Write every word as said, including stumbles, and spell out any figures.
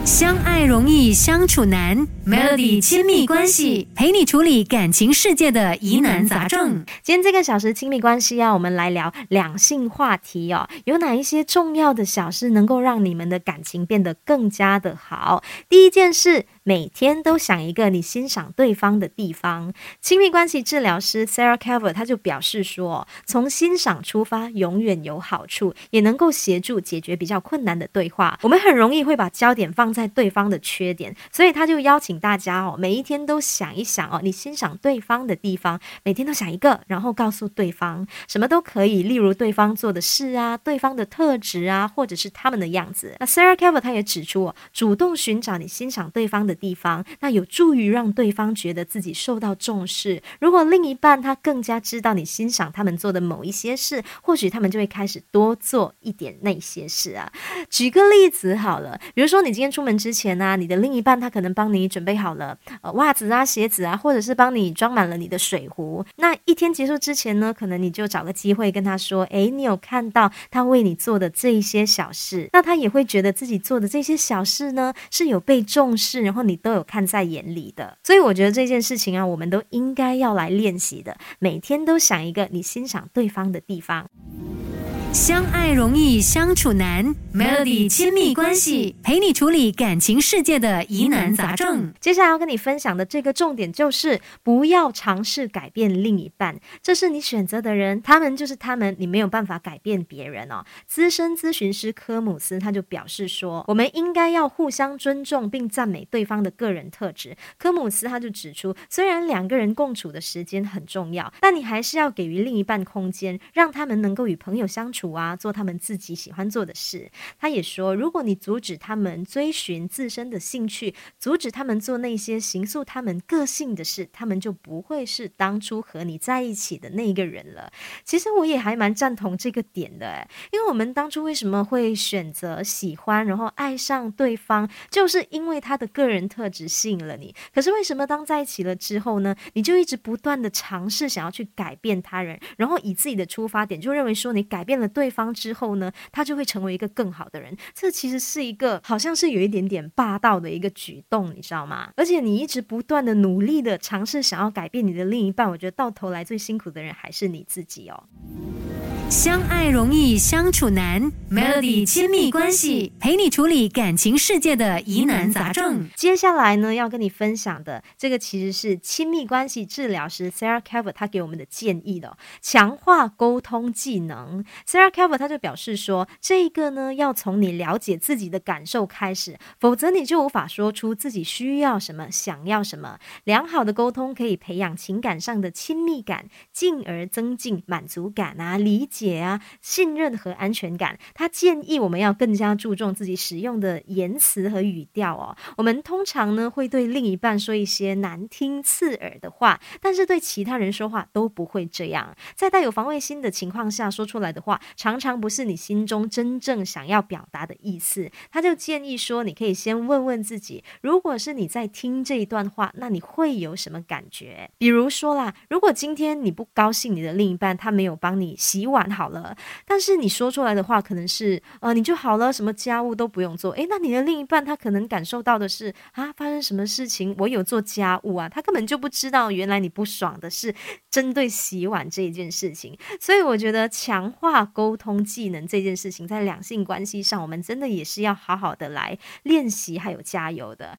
相爱容易相处难 Melody 亲密关系陪你处理感情世界的疑难杂症。 今天这个小时亲密关系啊，我们来聊两性话题哦。有哪一些重要的小事能够让你们的感情变得更加的好？第一件事，每天都想一个你欣赏对方的地方。亲密关系治疗师 Sarah Calvert 他就表示说，从欣赏出发永远有好处，也能够协助解决比较困难的对话。我们很容易会把焦点放在对方的缺点，所以他就邀请大家哦，每一天都想一想哦，你欣赏对方的地方，每天都想一个，然后告诉对方什么都可以，例如对方做的事啊，对方的特质啊，或者是他们的样子。那 Sarah Calvert 他也指出哦，主动寻找你欣赏对方的地方，那有助于让对方觉得自己受到重视。如果另一半他更加知道你欣赏他们做的某一些事，或许他们就会开始多做一点那些事啊。举个例子好了，比如说你今天出门之前啊，你的另一半他可能帮你准备好了呃袜子啊、鞋子啊，或者是帮你装满了你的水壶。那一天结束之前呢，可能你就找个机会跟他说，诶，你有看到他为你做的这一些小事，那他也会觉得自己做的这些小事呢是有被重视，然后你都有看在眼里的。所以我觉得这件事情啊，我们都应该要来练习的，每天都想一个你欣赏对方的地方。 相爱容易相处难 Melody 亲密关系陪你处理感情世界的疑难杂症。 接下来要跟你分享的这个重点就是不要尝试改变另一半，这是你选择的人，他们就是他们，你没有办法改变别人哦。资深咨询师科姆斯他就表示说，我们应该要互相尊重并赞美对方的个人特质。科姆斯他就指出，虽然两个人共处的时间很重要，但你还是要给予另一半空间，让他们能够与朋友相处啊，做他们自己喜欢做的事。他也说，如果你阻止他们追寻自身的兴趣，阻止他们做那些形塑他们个性的事，他们就不会是当初和你在一起的那个人了。其实我也还蛮赞同这个点的诶，因为我们当初为什么会选择喜欢然后爱上对方，就是因为他的个人特质吸引了你。可是为什么当在一起了之后呢，你就一直不断的尝试想要去改变他人，然后以自己的出发点就认为说你改变了对方之后呢，他就会成为一个更好的人。这其实是一个好像是有一点点霸道的一个举动，你知道吗？而且你一直不断的努力的尝试想要改变你的另一半，我觉得到头来最辛苦的人还是你自己哦。 相爱容易相处难 Melody 亲密关系陪你处理感情世界的疑难杂症。 接下来呢，要跟你分享的这个其实是亲密关系治疗师 Sarah Calvert 他给我们的建议的、哦、强化沟通技能。 Sarah Calvert 他就表示说，这个呢要从你了解自己的感受开始，否则你就无法说出自己需要什么想要什么。良好的沟通可以培养情感上的亲密感，进而增进满足感啊、理解解啊、信任和安全感。他建议我们要更加注重自己使用的言辞和语调哦。我们通常呢会对另一半说一些难听刺耳的话，但是对其他人说话都不会这样。在带有防卫心的情况下说出来的话，常常不是你心中真正想要表达的意思。他就建议说，你可以先问问自己，如果是你在听这一段话，那你会有什么感觉？比如说啦，如果今天你不高兴你的另一半他没有帮你洗碗好了，但是你说出来的话可能是呃，你就好了，什么家务都不用做。诶，那你的另一半他可能感受到的是啊，发生什么事情我有做家务啊，他根本就不知道原来你不爽的是针对洗碗这一件事情。所以我觉得强化沟通技能这件事情在两性关系上，我们真的也是要好好的来练习还有加油的。